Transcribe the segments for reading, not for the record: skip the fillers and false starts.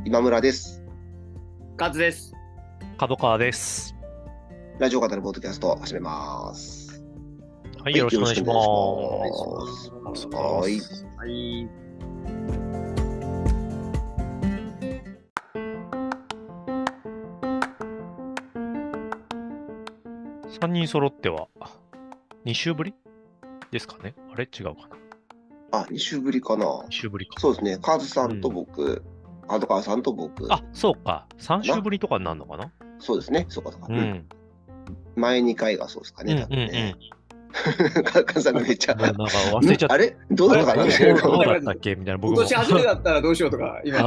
今村です。 カズです。 角川です。 ラジオ型のポッドキャスト始めます。 はい、よろしくお願いします。 はい。 3人揃っては2週ぶりですかね。あれ違うかな。 2週ぶりかな。 2週ぶりか。 そうですね。カズさんと僕、角川さんと僕。 あ、そうか。3週ぶりとかになるのかな。 そうですね。そうか。前2回がそうですかね。多分ね。カズさんがめっちゃ。 なんか忘れちゃった。 あれどうだったかな。 どうだったっけみたいな。 僕も今年初めだったらどうしようとか、今。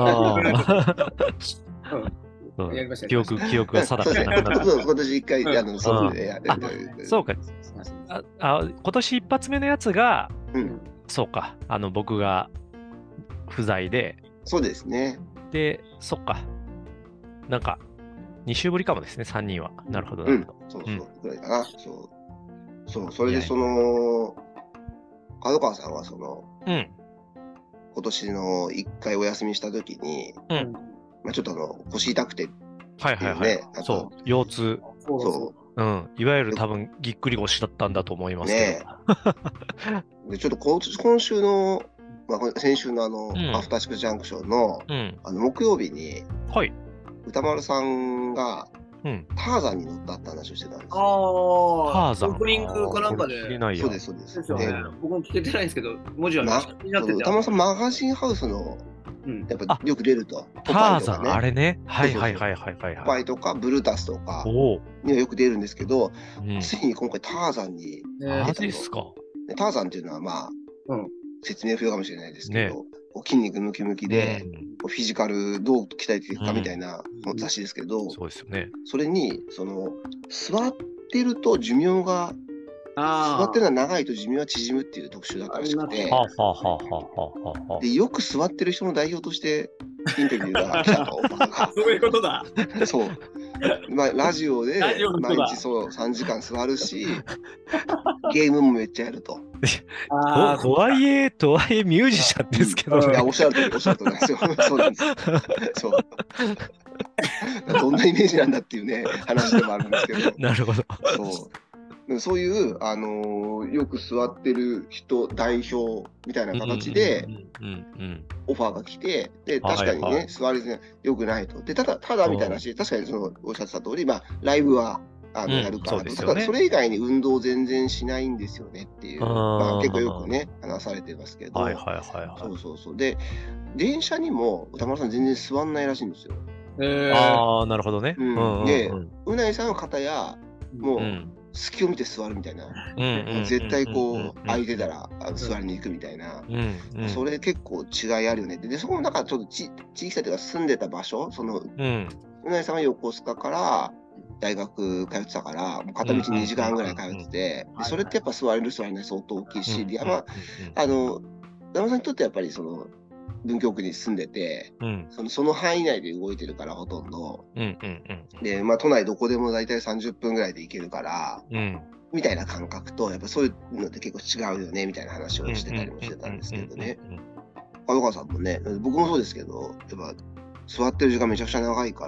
やりました。 記憶が定かじゃなくなった。 今年1回、そうでそうか。今年一発目のやつが、そうか。僕が不在で。 そうですね。 で、そっか。なんか、2週ぶりかもですね、3人は。なるほど。 そうぐらいかな。それで角川さんは今年の1回お休みしたときに、ちょっと腰痛くて、 そう、腰痛。いわゆる多分ぎっくり腰だったんだと思いますけど。でちょっと今週の、先週のアフターシックスジャンクションの木曜日に、歌丸さんがターザンに乗ったって話をしてたんですよ。 ターザン。 オープニングかなんかで。 そうです。 僕も聞けてないんですけど、文字は歌丸さん、マガジンハウスのやっぱよく出ると。 ターザン、あれね。 ポパイとかブルータスとかにはよく出るんですけど、ついに今回ターザンにマジですか。 ターザンっていうのは説明不要かもしれないですけど、筋肉ムキムキでフィジカルどう鍛えていくかみたいな雑誌ですけど、 そうですよね。 それに座ってると寿命が座ってるのは長いと寿命は縮むっていう特集だったらしくて、でよく座ってる人の代表としてインタビューが来たと。 そういうことだ。 そう。ラジオで毎日3時間座るし、ゲームもめっちゃやると。 とはいえミュージシャンですけどね。 いや、おっしゃるとりなんですよ。そうなんです。そう。どんなイメージなんだっていうね、話でもあるんですけど。 なるほど。 そういうよく座ってる人代表みたいな形でオファーが来て、で確かにね、座りづらいよくないと。でただみたいなし、確かにおっしゃってた通り、ライブはやるから、ただそれ以外に運動全然しないんですよねっていう、結構よくね話されてますけど、そうで電車にも歌丸さん全然座んないらしいんですよ。 なるほどね。 でうないさんの方やもう隙を見て座るみたいな、絶対空いてたら座りに行くみたいな、それ結構違いあるよねって。でそこの中ちょっと地域差というか住んでた場所、うなぎさんは横須賀から大学通ってたからもう片道2時間ぐらい通ってて、それってやっぱ座れる座れない相当大きいし、山田さんにとってやっぱり文京区に住んでて、その範囲内で動いてるからほとんど、で都内どこでも大体30分ぐらいで行けるから、みたいな感覚とやっぱそういうのって結構違うよねみたいな話をしてたりもしてたんですけどね。角川さんもね、僕もそうですけど、やっぱ座ってる時間めちゃくちゃ長いから。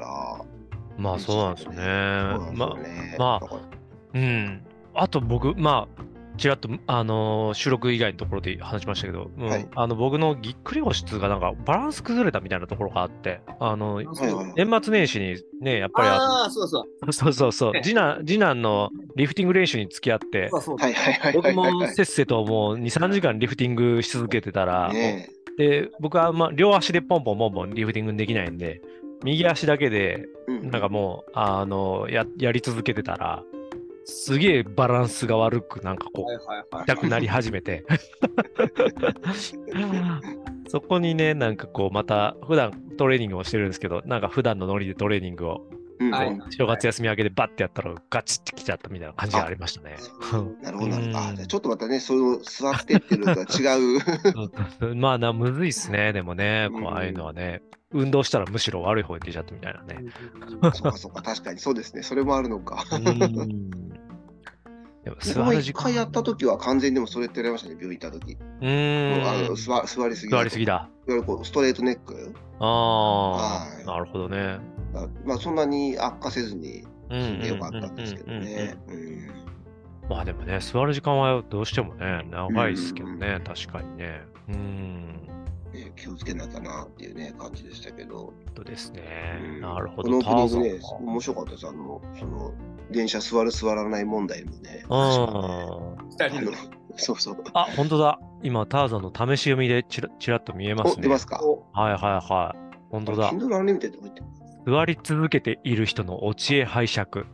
そうなんですよね。あと僕ちらっと収録以外のところで話しましたけど、僕のぎっくり腰がなんかバランス崩れたみたいなところがあって、年末年始にね、やっぱりそう次男のリフティング練習に付き合って、僕もせっせともう2、3時間リフティングし続けてたら、で僕は両足でポンポンリフティングできないんで、右足だけでなんかもうやり続けてたら、すげえバランスが悪くなんか痛くなり始めてそこにねなんかまた普段トレーニングをしてるんですけど、なんか普段のノリでトレーニングを正月休み明けでバッてやったらガチってきちゃったみたいな感じがありましたね。 なるほど。ちょっとまたね、座ってってるのとは違うむずいっすね。でもね、ああいうのはね、運動したらむしろ悪い方に出ちゃったみたいなね。 そうか確かにそうですね。それもあるのか。 僕も一回やった時は完全にでもそれってやりましたね、病院行った時。座りすぎだ。 座りすぎだ。 いわゆるこうストレートネック。 なるほどね。 まあそんなに悪化せずに済んでよかったんですけどね。 まあでもね、座る時間はどうしてもね、長いですけどね、確かにね。 気をつけなきゃなっていうね、感じでしたけど。 そうですね。なるほど。 このオープニングね、面白かったです。その、電車座る座らない問題もね。そうそう。 あ、本当だ。今、ターザンの試し読みでちらっと見えますね。 出ますか？ はいはいはい。本当だ。 Kindle Unlimited置いてる。 座り続けている人のお知恵拝借。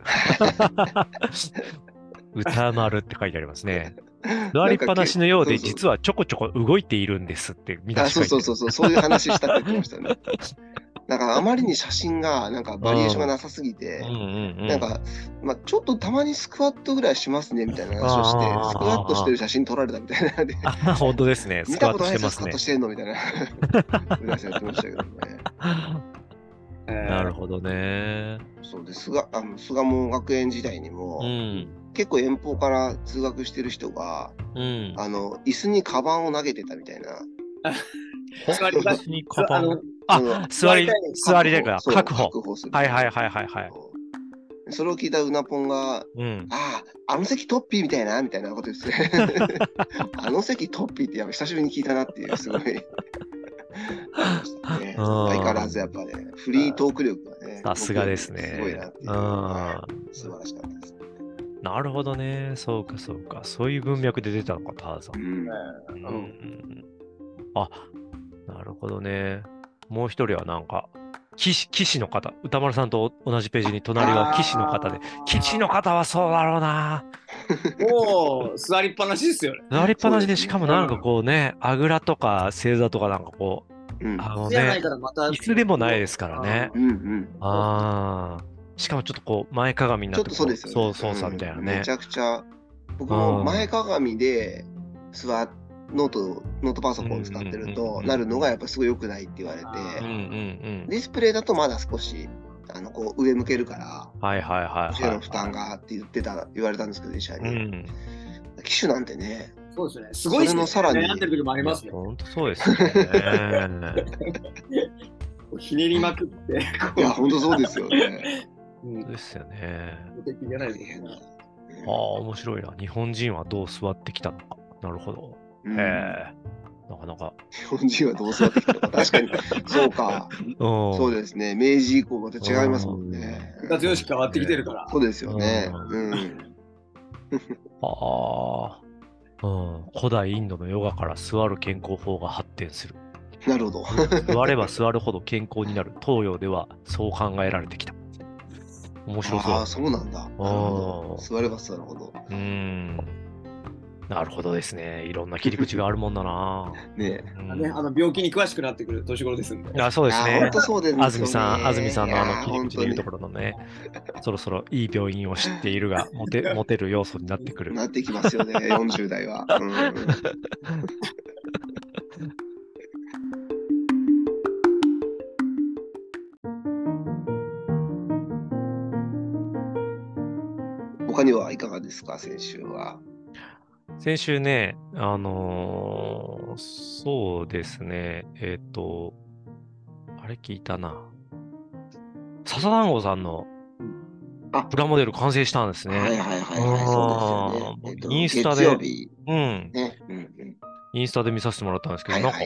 歌丸って書いてありますね。座りっぱなしのようで、実はちょこちょこ動いているんですって見出し書いてある。 そういう話したって言ってましたね。だからあまりに写真がなんかバリエーションがなさすぎて、なんか、まあ、ちょっとたまにスクワットぐらいしますねみたいな話をして、スクワットしてる写真撮られたみたいなで。 本当ですね。 見たことないです、スクワットしてんのみたいな。皆さんやってましたけどね。 なるほどね。 そうですが、巣鴨学園時代にも、結構遠方から通学してる人が、椅子にカバンを投げてたみたいな。 座りにカバン。座りでか、確保する。はいはいはいはいはい。 それを聞いたうなぽんが、あの席トッピーみたいなことですね。あの席トッピーってやっぱ久しぶりに聞いたなっていう、すごい。相変わらずやっぱね、フリートーク力がね、 さすがですね。 すごいなっていう。素晴らしかったです。 なるほどね。そうかそうか。そういう文脈で出たのか、ターザン。なるほどね。もう一人はなんか、騎士の方、歌丸さんと同じページに隣は騎士の方で、騎士の方はそうだろうな。 もう座りっぱなしですよね。 座りっぱなしで、しかもなんかこうね、あぐらとか正座とかなんかこう、椅子でもないですからね。しかもちょっとこう、前かがみになって、 そうですよね。 操作みたいなね。 めちゃくちゃ、僕も前かがみで座って、ノートパソコン使ってるとなるのがやっぱすごい良くないって言われて、ディスプレイだとまだ少しこう上向けるから後ろの負担がって言われたんですけど、医者に。機種なんてね、 そうですね、すごいですね。 さらに悩んでる時もありますね。 本当そうですね。 ひねりまくって。 いや、本当そうですよね。 そうですよね。面白いな。日本人はどう座ってきたのか。なるほど。なかなか。 日本人はどう座ってきたのか。確かに、そうか。そうですね。明治以降また違いますもんね。 強し変わってきてるから。 そうですよね。 古代インドのヨガから座る健康法が発展する。 なるほど。 座れば座るほど健康になる。東洋ではそう考えられてきた。面白そう。 そうなんだ。座れば座るほど。 なるほどですね。いろんな切り口があるもんだな。 病気に詳しくなってくる年頃ですんで。 そうですね。 本当そうですね。 安住さんの切り口でいうところのね、そろそろいい病院を知っているが、モテる要素になってくる。 なってきますよね、40代は。他にはいかがですか、先週は。 先週ね、そうですね、あれ聞いたな。笹団子さんのプラモデル完成したんですね。 はい、そうですよね。 インスタで、 月曜日インスタで見させてもらったんですけど、なんか、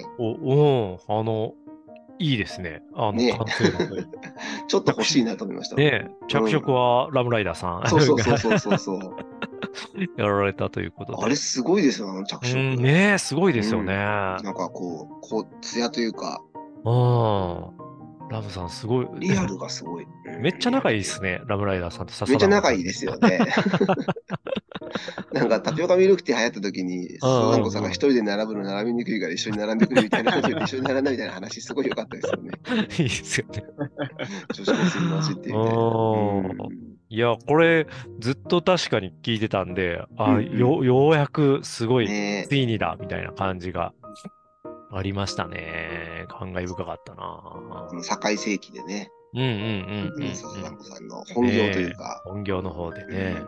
いいですね。完成度で。 ちょっと欲しいなと思いました。 着色はラムライダーさん。 そう。 やられたということで。 あれすごいですよ、着色。 ね、すごいですよね。 なんかこう、艶というか。 ラムさんすごい。 リアルがすごい。 めっちゃ仲いいですね、ラムライダーさんと笹めっちゃ仲いいですよね。なんかタピオカミルクティー流行った時に、笹団子さんが一人で並ぶの並びにくいから一緒に並んでくるみたいなこと言って一緒に並んだみたいな話、すごい良かったですよね。 いいですよね。 女子高生に混じってみたいな。 いや、これずっと確かに聞いてたんで、ようやくすごい、ついにだみたいな感じがありましたね。感慨深かったな。 堺世紀でね。笹団子さんの本業というか。 本業の方でね。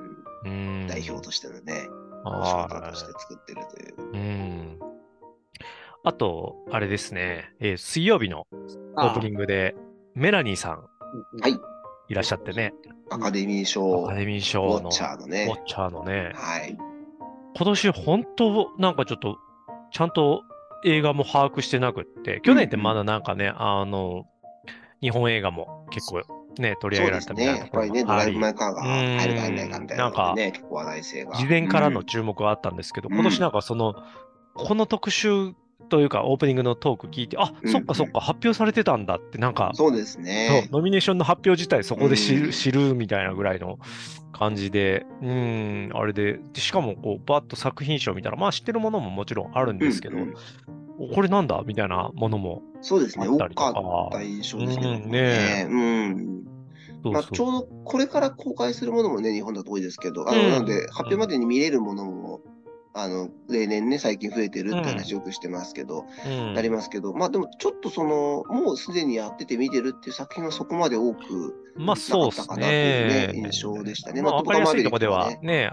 代表としてのね、お仕事として作ってるという。 あと、あれですね、水曜日のオープニングで、メラニーさん、いらっしゃってね。 アカデミー賞のウォッチャーのね。 ウォッチャーのね。 はい。 今年本当、なんかちょっと、ちゃんと映画も把握してなくって、去年ってまだなんかね、日本映画も結構ね、取り上げられたみたいなところもあり、 やっぱりね、ドライブ・マイ・カーが入るか入らないかみたいなのでね、結構話題性が。 事前からの注目があったんですけど、今年なんかこの特集というか、オープニングのトーク聞いて、そっかそっか、発表されてたんだって、なんか、 そうですね。 ノミネーションの発表自体そこで知るみたいなぐらいの感じで、あれで、しかもこう、バッと作品賞見たら、まあ知ってるものももちろんあるんですけど、これなんだみたいなものもそうですね、多かった印象ですけどね。まあ、ちょうどこれから公開するものもね、日本だと多いですけど、なので、発表までに見れるものも、例年ね、最近増えてるって話よくしてますけど、なりますけど、まあでもちょっともうすでにやってて見てるっていう作品はそこまで多くなかったかなというね、印象でしたね。 まあ、わかりやすいところではね、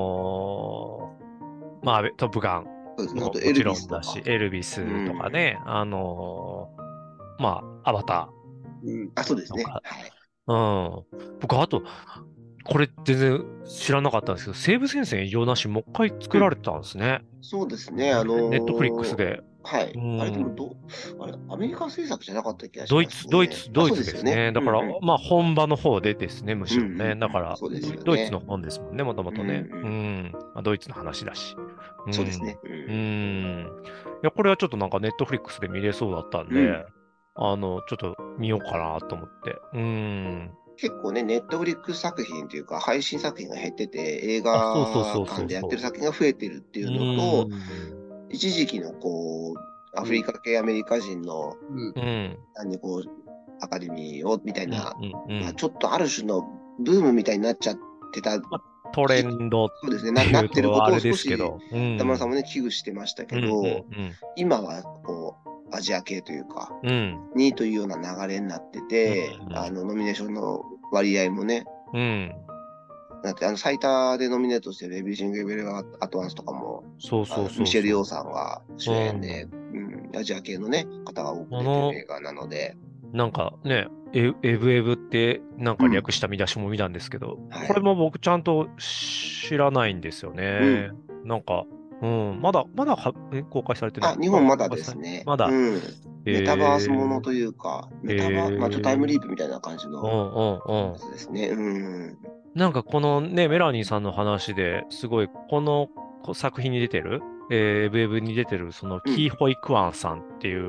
まあ、トップガンももちろんだし、エルビスとかね、まあ、アバター。そうですね。はい。 僕、あと、これ全然知らなかったんですけど、西部戦線異常なし、もう一回作られてたんですね。 そうですね。 ネットフリックスで。 はい。あれでもあれ、アメリカ制作じゃなかった気がします、ね。ドイツですね。だから、まあ本場の方でですね、むしろね。だから、ドイツの本ですもんね、もともとね。まあ、ドイツの話だし。 そうですね。 いや、これはちょっとなんかネットフリックスで見れそうだったんで、ちょっと見ようかなと思って。 結構ね、ネットフリックス作品というか、配信作品が減ってて、映画館でやってる作品が増えてるっていうのと、一時期のアフリカ系アメリカ人の、アカデミーをみたいな、ちょっとある種のブームみたいになっちゃってた。 トレンドそうですね、なってることを少し、田村さんもね、危惧してましたけど、今はアジア系というか、にというような流れになってて、ノミネーションの割合もね、だって最多でノミネートしてるエビジング・エベル・アトワンスとかも、ミシェル・ヨーさんが主演で、アジア系のね、方が多く出てる映画なので。 なんかね、エブエブってなんか略した見出しも見たんですけど、これも僕ちゃんと知らないんですよね。なんか、まだ公開されてない。 日本まだですね。 まだ。 メタバースものというか、まあちょっとタイムリープみたいな感じのやつですね。 なんかこのね、メラニーさんの話ですごい、この作品に出てる、エブエブに出てる、そのキー・ホイ・クワンさんっていう、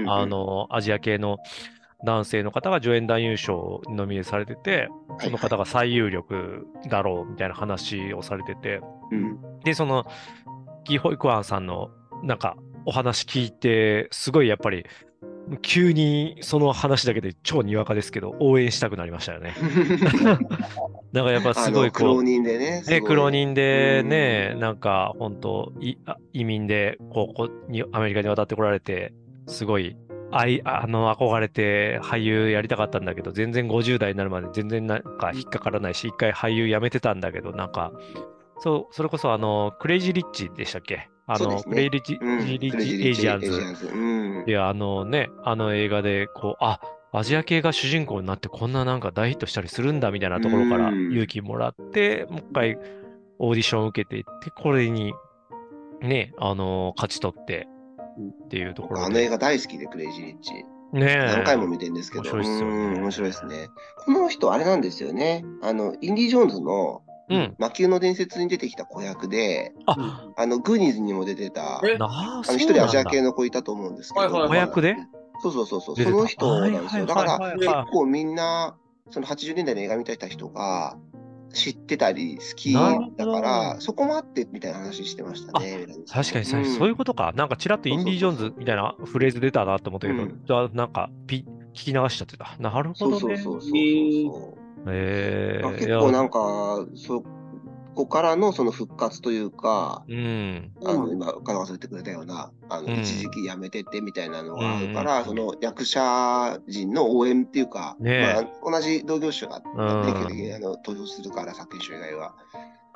アジア系の男性の方が助演男優賞にノミネートされてて、その方が最有力だろうみたいな話をされてて、で、そのキー・ホイ・クワンさんのなんかお話聞いて、すごいやっぱり、急にその話だけで超にわかですけど、応援したくなりましたよね。なんかやっぱすごい苦労人でね。 苦労人でね、なんか本当移民でアメリカに渡ってこられて、すごい憧れて俳優やりたかったんだけど、全然50代になるまで全然なんか引っかからないし、一回俳優辞めてたんだけど、なんか、それこそクレイジー・リッチでしたっけ？クレイジー・エイジアンズ。いや、映画で、アジア系が主人公になってこんななんか大ヒットしたりするんだみたいなところから勇気もらって、もう一回オーディションを受けていって、これにね、勝ち取ってっていうところで。 映画大好きで、クレイジー・リッチ。 ね、 何回も見てるんですけど。 面白いですよね。 面白いですね。この人、あれなんですよね。インディ・ジョーンズの魔球の伝説に出てきた子役で、グーニーズにも出てた、一人アジア系の子いたと思うんですけど。 子役で？ そう。その人なんですよ。だから、結構みんな、その80年代の映画見た人が知ってたり好きだから、そこもあってみたいな話してましたね。 確かにそういうことか。なんかちらっとインディ・ジョーンズみたいなフレーズ出たなと思ったけど、じゃあなんか聞き流しちゃってた。なるほどね。 そう。結構なんか、そこからのその復活というか、今、金忘れてくれたような、一時期辞めてってみたいなのがあるから、その役者陣の応援っていうか、同じ同業種が、基本的に投票するから、作品賞以外は。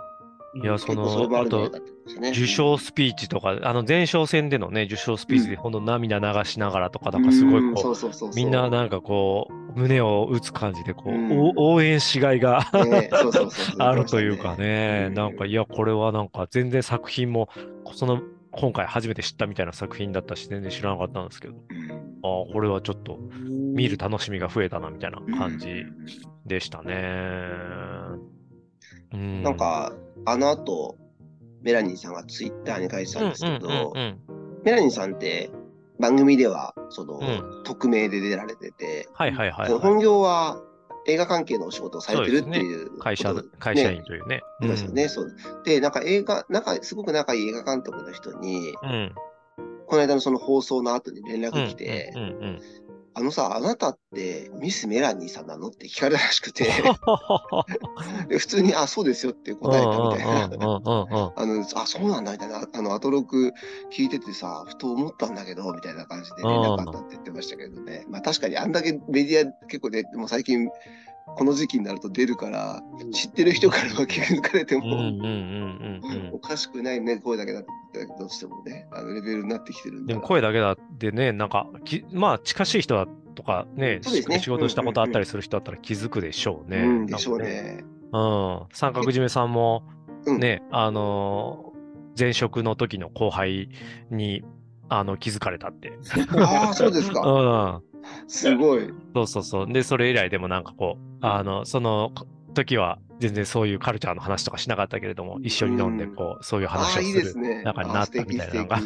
いや、その、あと、受賞スピーチとか、前哨戦でのね、受賞スピーチで、ほんと涙流しながらとか、なんかすごいこう、みんななんかこう、胸を打つ感じで、こう、応援しがいがあるというかね、なんか、いや、これはなんか、全然作品も、今回初めて知ったみたいな作品だったし、全然知らなかったんですけど、これはちょっと、見る楽しみが増えたな、みたいな感じでしたね。 なんか、あの後、メラニーさんがツイッターに書いてたんですけど、メラニーさんって番組では匿名で出られてて、本業は映画関係のお仕事をされてるっていう、 会社員というね。 ですよね。そうで、なんかすごく仲いい映画監督の人に、この間のその放送の後に連絡来て、あなたってミス・メラニーさんなのって聞かれたらしくてで、普通に、そうですよって答えたみたいな。そうなんだみたいな。アトロク聞いててさ、ふと思ったんだけど、みたいな感じで連絡あったって言ってましたけどね。まあ確かにあんだけメディア結構ね、もう最近、この時期になると出るから、知ってる人からは気づかれても、おかしくないね、声だけだったとしてもね、レベルになってきてるんで。 でも声だけだってね、なんか、まあ近しい人だとかね、仕事したことあったりする人だったら気づくでしょうね。 でしょうね。 三角締めさんも、ね、前職の時の後輩に、気づかれたって。 そうですか。すごい。 そう。で、それ以来でもなんかこう、その時は全然そういうカルチャーの話とかしなかったけれども、一緒に飲んでこう、そういう話をする中になったみたいなのが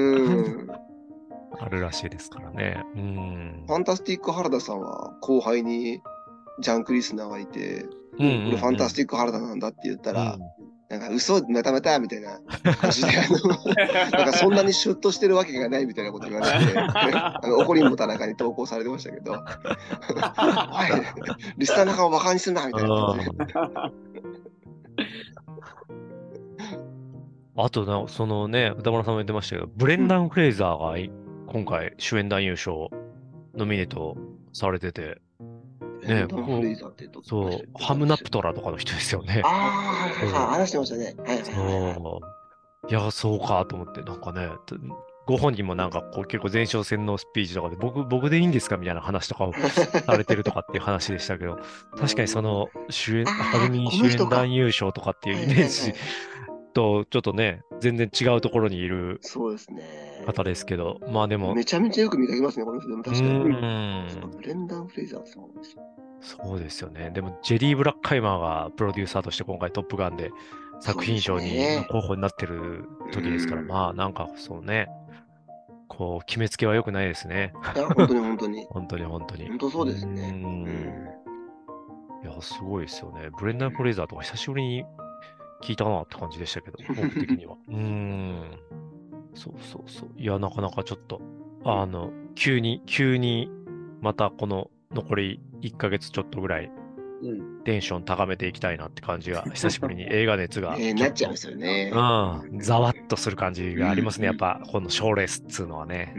あるらしいですからね。 ファンタスティック原田さんは後輩にジャン・クリスナーがいて、俺ファンタスティック原田なんだって言ったら、なんか嘘またみたいな感じでなんかそんなにシュッとしてるわけがないみたいなこと言われて怒りんぼ田中に投稿されてましたけどリスナー仲間をバカにすんなみたいな感じであとそのね、歌丸さんも言ってましたけど、ブレンダン・フレイザーが今回主演男優賞ノミネートされてて、ね、そう、ハムナプトラとかの人ですよね。 話してましたね。 いや、そうかと思って、なんかね、ご本人もなんかこう結構前哨戦のスピーチとかで僕でいいんですかみたいな話とかをされてるとかっていう話でしたけど、確かにそのアカデミー主演男優賞とかっていうイメージとちょっとね、全然違うところにいる方ですけど、まあでも。 めちゃめちゃよく見かけますね、この人。でも確かに。ブレンダン・フレイザーさんですよ。 そうですよね。でも、ジェリー・ブラッカイマーがプロデューサーとして今回トップガンで作品賞に候補になってる時ですから、まあなんかそうね、こう決めつけは良くないですね。 いや、本当に本当に。 本当に。 本当そうですね。 いや、すごいですよね。ブレンダン・フレイザーとか久しぶりに聞いたなって感じでしたけど、僕的には。そう。いや、なかなかちょっと、急に、またこの残り1ヶ月ちょっとぐらい、テンション高めていきたいなって感じが、久しぶりに映画熱が。 なっちゃうんですよね。 ざわっとする感じがありますね。やっぱ、この賞レースっつうのはね。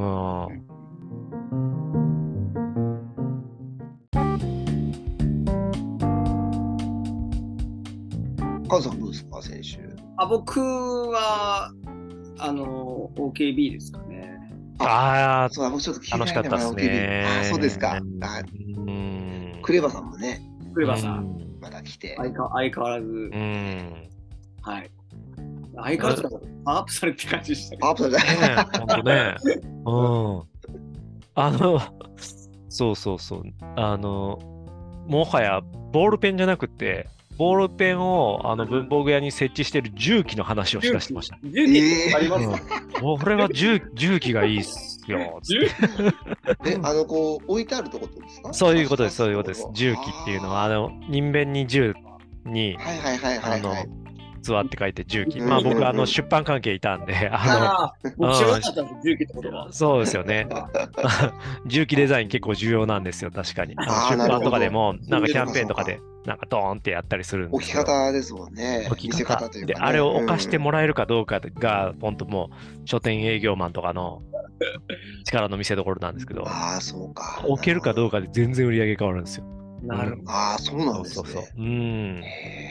カズさんどうですか、先週。 僕は、OKB ですかね。 そう、僕ちょっと楽しかったですね。 そうですか。クレバさんもね。 クレバさん。 また来て。 相変わらず。はい。相変わらずパワーアップされてる感じでしたね。 パワーアップされてね。本当ね。そう。もはやボールペンじゃなくて、ボールペンを文房具屋に設置している重機の話をしだしてました。 重機ありますこれは重機がいいっすよ。 こう置いてあるところですか？ そういうことです。重機っていうのは、人弁に銃に、ツアーって書いて重機。まあ僕出版関係いたんで、 僕知らなかったんです、重機ってことは。 そうですよね。重機デザイン結構重要なんですよ、確かに。出版とかでも、なんかキャンペーンとかで、なんかドーンってやったりするんですよ。置き方ですもんね。 置き方というか。で、あれを置かしてもらえるかどうかが、本当もう、書店営業マンとかの力の見せ所なんですけど、 そうか。 置けるかどうかで全然売り上げ変わるんですよ。 なるほど。 そうなんですね。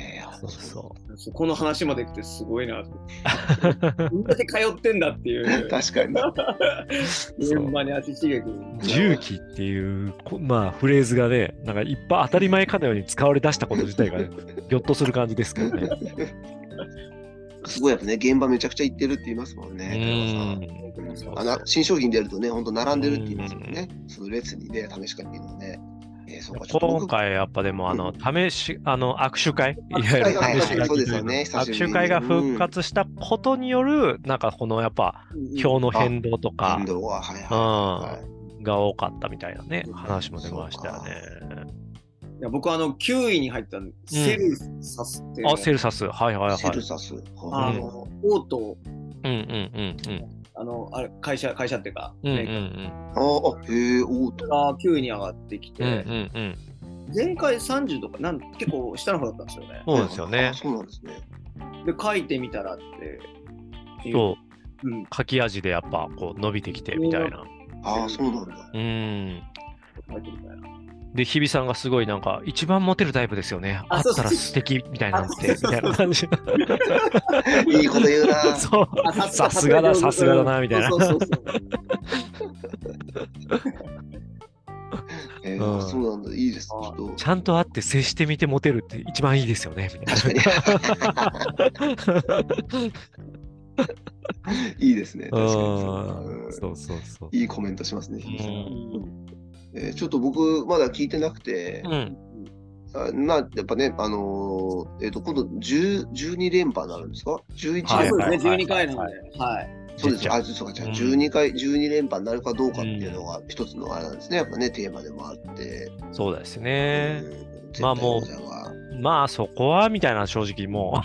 この話まで来てすごいな。みんなで通ってんだっていう。 確かに。 現場に足しげく。 重機っていう、まあ、フレーズがね、なんかいっぱい当たり前かのように使われ出したこと自体が、ね、ぎょっとする感じですけどね。 すごいやっぱね、現場めちゃくちゃ行ってるって言いますもんね。新商品出るとね、本当並んでるって言いますもんね。その列にね、試し会っていうのね。 今回やっぱでも握手会、いわゆる握手会が復活したことによるなんかこのやっぱ票の変動とかが多かったみたいなね話も出ましたよね。 いや僕9位に入ったセルサスってセルサスセルサスオートあれ会社っていうか、 オートが9位に上がってきて、前回30とか結構下の方だったんですよね。 そうですよね。 そうなんですね。 で書いてみたらってそう、書き味でやっぱこう伸びてきてみたいな。 そうなんだ。 書いてみたいな。 で、日比さんがすごいなんか、一番モテるタイプですよね。あったら素敵みたいなんて、みたいな感じ。 いいこと言うな。 そう。さすがだな、みたいな。 そうなんだ、いいです。 ちゃんと会って接してみてモテるって一番いいですよね、みたいな。 いいですね。確かに。 そう。 いいコメントしますね。ちょっと僕まだ聞いてなくて、やっぱね、今度12連覇になるんですか ?11 連覇。 そうですね、12回なんで。 そうです。そうか、じゃあ12連覇になるかどうかっていうのが一つのあれなんですね。やっぱね、テーマでもあって。 そうですね。まあもう、まあそこはみたいな正直も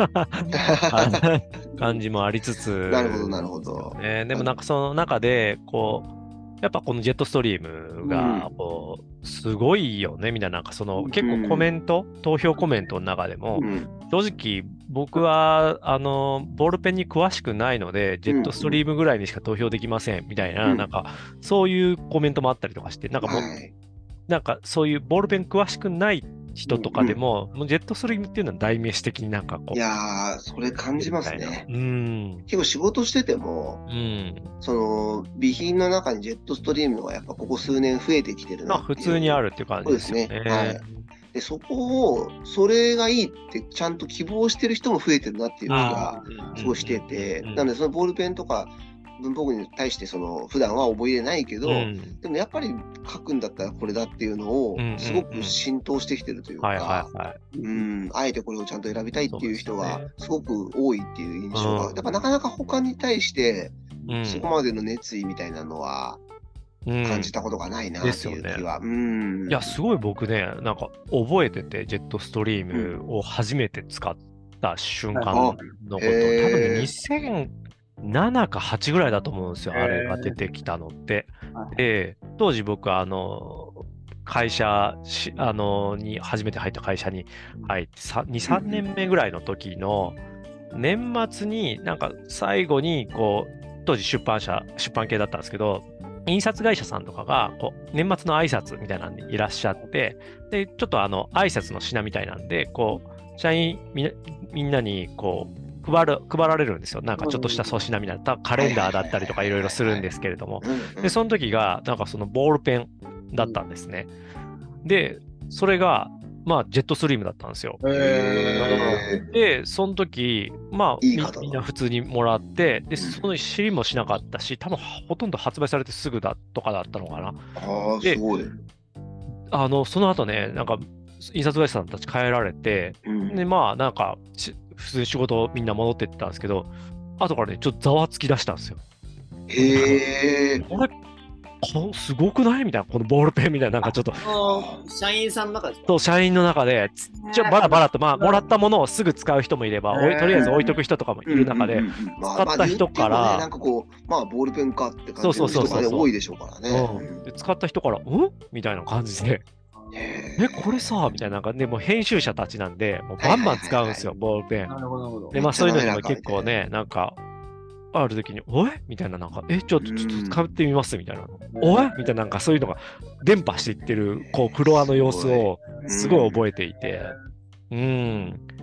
う感じもありつつ。 なるほど。 でもなんかその中で、こう、やっぱこのジェットストリームがこうすごいよねみたいな、なんかその結構コメント、投票コメントの中でも、正直僕はボールペンに詳しくないのでジェットストリームぐらいにしか投票できませんみたいな、なんかそういうコメントもあったりとかして、なんかもうなんかそういうボールペン詳しくない人とかでも、もうジェットストリームっていうのは代名詞的になんかこう。 いやー、それ感じますね。結構仕事してても、その備品の中にジェットストリームがやっぱここ数年増えてきてるなっていう。 普通にあるっていう感じですね。 でそこをそれがいいってちゃんと希望してる人も増えてるなっていう気がすごいしてて、なのでそのボールペンとか文房具に対して普段は覚えれないけど、でもやっぱり書くんだったらこれだっていうのをすごく浸透してきてるというか、あえてこれをちゃんと選びたいっていう人がすごく多いっていう印象が、やっぱなかなか他に対してそこまでの熱意みたいなのは感じたことがないなっていう気は。 いや、すごい僕ね、なんか覚えてて、ジェットストリームを初めて使った瞬間のこと、多分ね、2007か8ぐらいだと思うんですよ、あれが出てきたのって。で、当時僕会社に初めて入った会社に入って2、3年目ぐらいの時の年末になんか最後にこう当時出版系だったんですけど、印刷会社さんとかがこう年末の挨拶みたいなのにいらっしゃって、でちょっと挨拶の品みたいなんでこう社員みんなにこう配られるんですよ。なんかちょっとした粗品みたいな、カレンダーだったりとかいろいろするんですけれども、でその時がなんかそのボールペンだったんですね。でそれがまあジェットストリームだったんですよ。でその時まあみんな普通にもらって、でその知りもしなかったし、多分ほとんど発売されてすぐだとかだったのかな。で、その後ね、なんか印刷会社さんたち帰られて、でまあなんか普通に仕事みんな戻ってったんですけど、後からねちょっとざわつき出したんですよ。これすごくないみたいな、このボールペンみたいな、なんかちょっと社員さんの中で、 そう社員の中でバラバラと、まあもらったものをすぐ使う人もいれば、とりあえず置いとく人とかもいる中で、使った人からなんかこうまあボールペンかって感じの人が多いでしょうからね。 使った人からみたいな感じで、これさみたいな、でも編集者たちなんでもうバンバン使うんですよ、ボールペン。でまあそういうのにも結構ね、なんかある時においみたいな、なんかちょっと使ってみますみたいな、おいみたいな、なんかそういうのが伝播していってるこうフロアの様子をすごい覚えていて、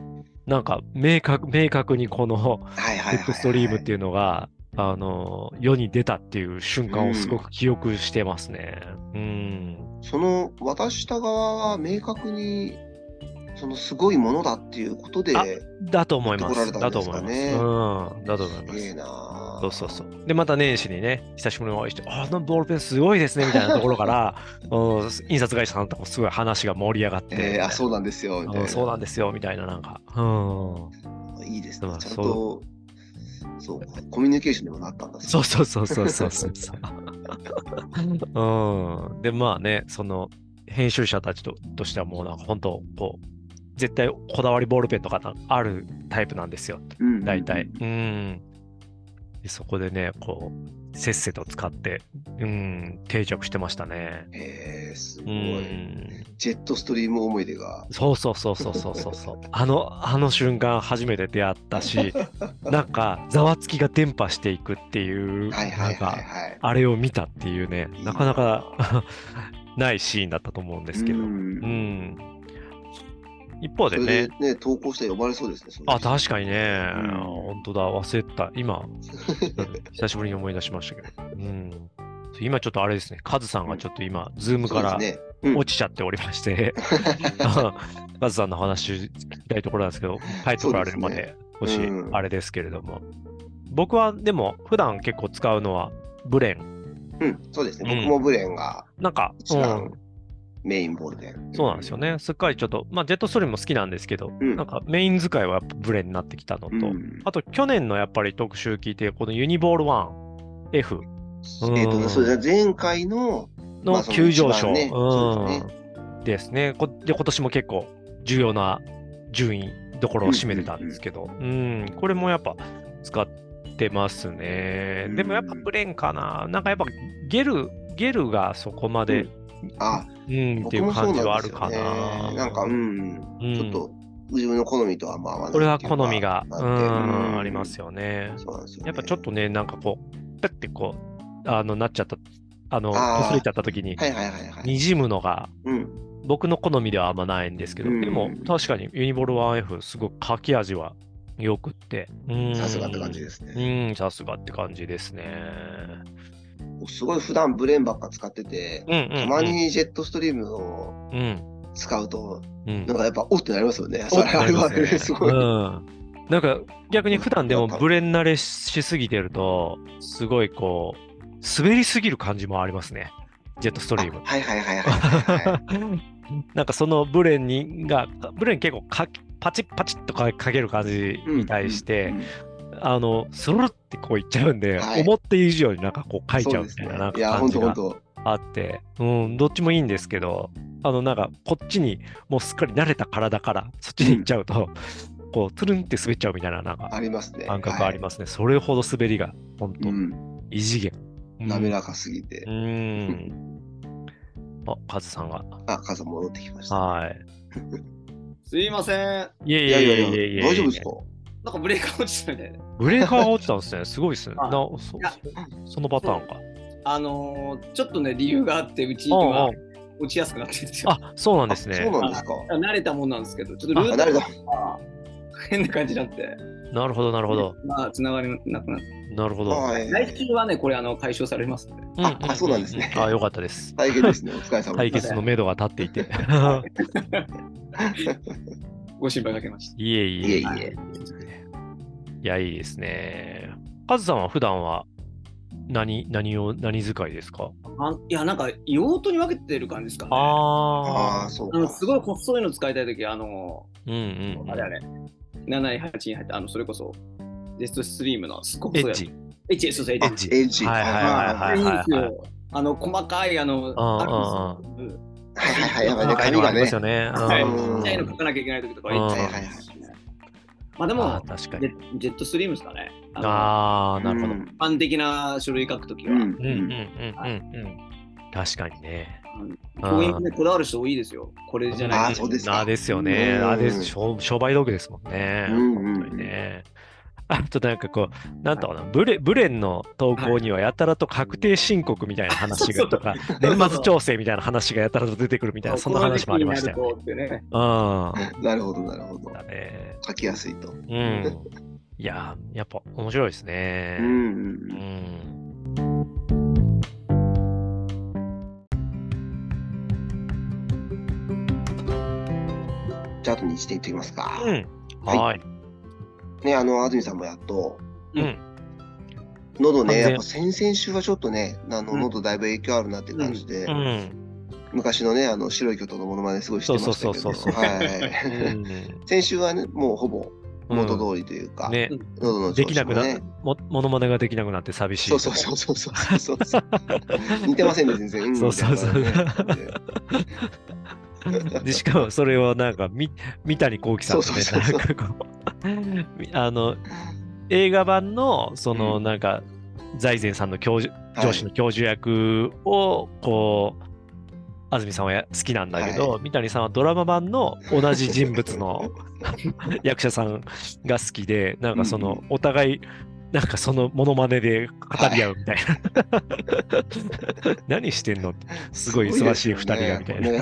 なんか明確にこのヘッドストリームっていうのが、世に出たっていう瞬間をすごく記憶してますね。 その渡した側は明確にそのすごいものだっていうことでだと思います。 だと思います。 だと思います。 すげえな。 そう。で、また年始にね、久しぶりにお会いして、あのボールペンすごいですね、みたいなところから、印刷会社さんともすごい話が盛り上がって。 そうなんですよ、みたいな。 そうなんですよ、みたいな、なんか。 いいですね。ちゃんと、そうか、コミュニケーションにもなったんだ。 そう。で、まあね、その、編集者たちとしてはもうなんか本当、こう、絶対こだわりボールペンとかあるタイプなんですよ。大体。でそこでね、こう、せっせと使って、定着してましたね。 すごい。ジェットストリーム思い出が。 そう。あの瞬間初めて出会ったし、なんか、ざわつきが伝播していくっていう、なんか、あれを見たっていうね、なかなかないシーンだったと思うんですけど。一方でね。 それでね、投稿して呼ばれそうですね。 確かにね。本当だ、忘れた。今、久しぶりに思い出しましたけど。今ちょっとあれですね、カズさんがちょっと今、ズームから落ちちゃっておりまして、カズさんの話聞きたいところなんですけど、帰ってこられるまで少しあれですけれども。僕はでも、普段結構使うのは、ブレン。 そうですね。僕もブレンが、 なんか、 メインボールで。 そうなんですよね。すっかりちょっと、ジェットストリームも好きなんですけど、なんかメイン使いはやっぱブレになってきたのと、あと去年のやっぱり特集聞いて、このユニボール1、F。 そうですね。前回の急上昇、ですね。で、今年も結構重要な順位どころを占めてたんですけど、これもやっぱ使ってますね。でもやっぱブレンかな。なんかやっぱゲルがそこまで、っていう感じはあるかな。 なんか、ちょっと自分の好みとは合わない。 これは好みがありますよね。やっぱちょっとね、なんかこう、ペッてこう、なっちゃった、擦れちゃった時に、にじむのが、僕の好みではあんまないんですけど、でも確かにユニボール 1F、すごく書き味はよくって、 さすがって感じですね。 さすがって感じですね。 すごい普段ブレーンばっか使ってて、たまにジェットストリームを使うと、なんかやっぱおってなりますよね。あれはすごい。 なんか逆に普段でもブレン慣れしすぎてると、すごいこう、滑りすぎる感じもありますね。ジェットストリーム。なんかそのブレン結構パチッパチッとかける感じに対して、スルルってこういっちゃうんで、思って以上になんかこう書いちゃうみたいななんか感じがあって、どっちもいいんですけど、なんかこっちにもうすっかり慣れた体からそっちに行っちゃうと、こうトゥルンって滑っちゃうみたいななんか感覚ありますね。それほど滑りが本当異次元。 滑らかすぎて。 カズさんが。 カズ戻ってきました。 はい。すいません。 いえ。 大丈夫ですか？ なんかブレーカーが落ちたみたいな。 ブレーカーが落ちたんですね。すごいですね。そのパターンか。 ちょっとね、理由があって、うちは落ちやすくなってるんですよ。 そうなんですね。 そうなんですか。 慣れたもんなんですけど、ちょっとルートが変な感じになって。 なるほど。 繋がりなくなって。 なるほど。 来週はね、これ解消されますので。そうなんですね。 よかったです。 大変ですね。お疲れ様です。 解決の目処が立っていて。 ご心配かけました。 いえ。いや、いいですね。カズさんは普段は何使いですか？ いや、なんか用途に分けてる感じですかね。 そうか。 すごい細いの使いたいとき、あれ、7位、8位に入って、それこそ、ジェットストリームのすごく細いエッジ。そうそう、エッジ。 エッジ。 いいんですよ。細かい、 やばいね、紙がね。 ちっちゃいの書かなきゃいけないときとか、エッジ。でも、ジェットストリームですかね。 なるほど。 一般的な書類書くときは。 確かにね。 こういうね、こだわる人多いですよ。これじゃない。 そうですか。 ですよね。商売道具ですもんね。本当にね。 あとなんかこう、なんとかな、ブレンの投稿にはやたらと確定申告みたいな話がとか、年末調整みたいな話がやたらと出てくるみたいな、そんな話もありましたよね。 なるほど、なるほど。書きやすいと。 いや、やっぱ面白いですね。 じゃあ、あと日程いってきますか。 はい。 ね、安住さんもやっと、喉ね、やっぱ先々週はちょっとね、喉だいぶ影響あるなって感じで、昔のね、白い巨頭のものまねすごいしてましたけど、先週はね、もうほぼ元通りというか、 喉の調子もね、ものまねができなくなって寂しい。 そう。似てませんね、全然。 そう。でしかもそれをなんか三谷幸喜さんとね、なんかこう映画版のそのなんか財前さんの上司の教授役をこう安住さんは好きなんだけど、三谷さんはドラマ版の同じ人物の役者さんが好きで、なんかそのお互いなんかそのモノマネで語り合うみたいな。何してんのって、すごい忙しい2人がみたいな。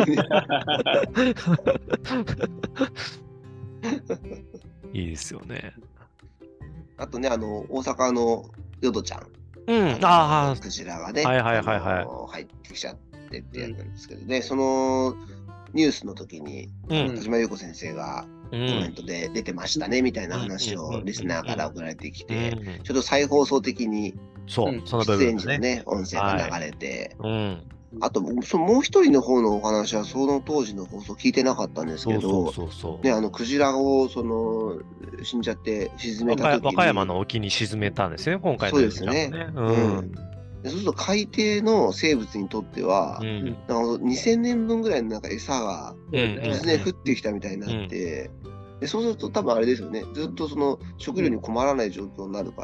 いいですよね。 あとね、大阪のヨドちゃん。クジラがね、入ってきちゃってってやつなんですけどね、そのニュースの時に、田島優子先生が、コメントで出てましたねみたいな話をリスナーから送られてきて、ちょっと再放送的に出演時のね、音声が流れて、あと、もう一人の方のお話は、その当時の放送聞いてなかったんですけど、クジラを死んじゃって沈めた時に和歌山の沖に沈めたんですよね、今回の。 そうですね。そうすると海底の生物にとっては、2000年分ぐらいのなんか餌が突然降ってきたみたいになって、でそうすると多分あれですよね、ずっとその食料に困らない状況になるから、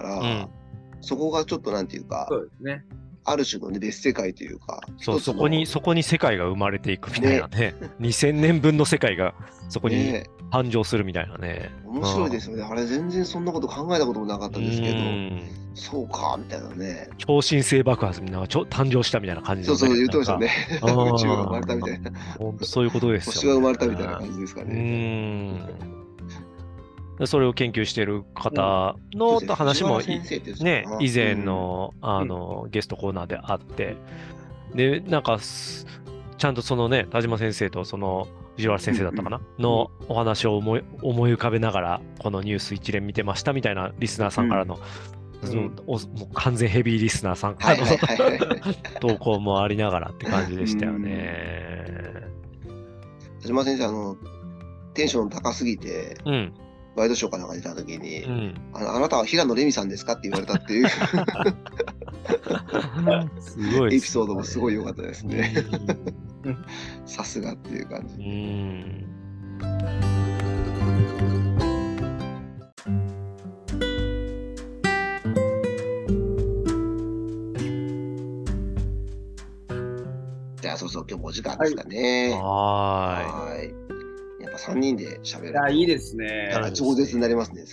そこがちょっとなんていうか、ある種の、ね、別世界というか、 そこに世界が生まれていくみたいなね、2000年分の世界がそこに誕生するみたいなね。 面白いですよね。あれ全然そんなこと考えたこともなかったですけど、そうかみたいなね。 超新星爆発みたいな誕生したみたいな感じで、 そう言ってましたね。宇宙が生まれたみたいな。 そういうことですよ、ね。 星が生まれたみたいな感じですかね。 それを研究している方の話も、ね、以前の、ゲストコーナーであって、で、なんか、ちゃんとそのね、田島先生とその藤原先生だったかな、のお話を思い浮かべながら、このニュース一連見てましたみたいなリスナーさんからの、もう完全ヘビーリスナーさんからの投稿もありながらって感じでしたよね。 田島先生、テンション高すぎて、ワイドショーかなんか出たときに、あなたは平野レミさんですかって言われたっていうすごいエピソードもすごい良かったですね。さすがっていう感じ。じゃあ、そう今日もお時間ですかね。はい。やっぱ3人で喋ると。 いいですね。 超絶になりますね。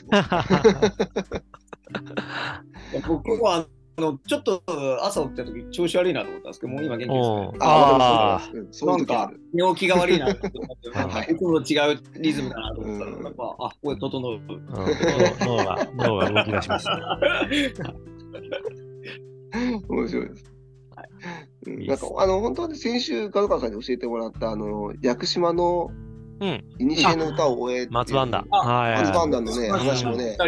僕はちょっと朝起きた時調子悪いなと思ったんですけど、もう今元気ですね。なんか寝起きが悪いなと思って、いつもと違うリズムだなと思ったら、やっぱこれ整う。 脳が動き出します。 面白いです。なんか本当は先週角川さんに教えてもらった屋久島のいにしえの歌を終えて松バンダのね話もね、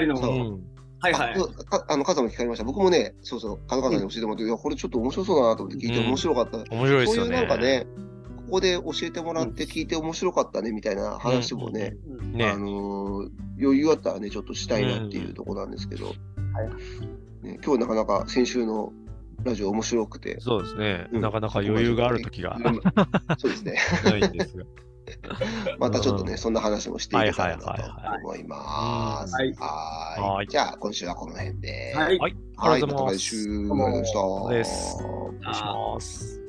カズも聞かれました。僕もね、角川さんに教えてもらって、いやこれちょっと面白そうだなと思って聞いて面白かった。 面白いですよね。 そういうなんかね、ここで教えてもらって聞いて面白かったねみたいな話もね、余裕あったらねちょっとしたいなっていうところなんですけど、今日なかなか先週のラジオ面白くて、 そうですね、なかなか余裕がある時がそうですね。 ないんですが。 またちょっとね、そんな話もしていけたらなと思います。じゃあ、今週はこの辺で。 はい。 また来週。ありがとうございました。 失礼します。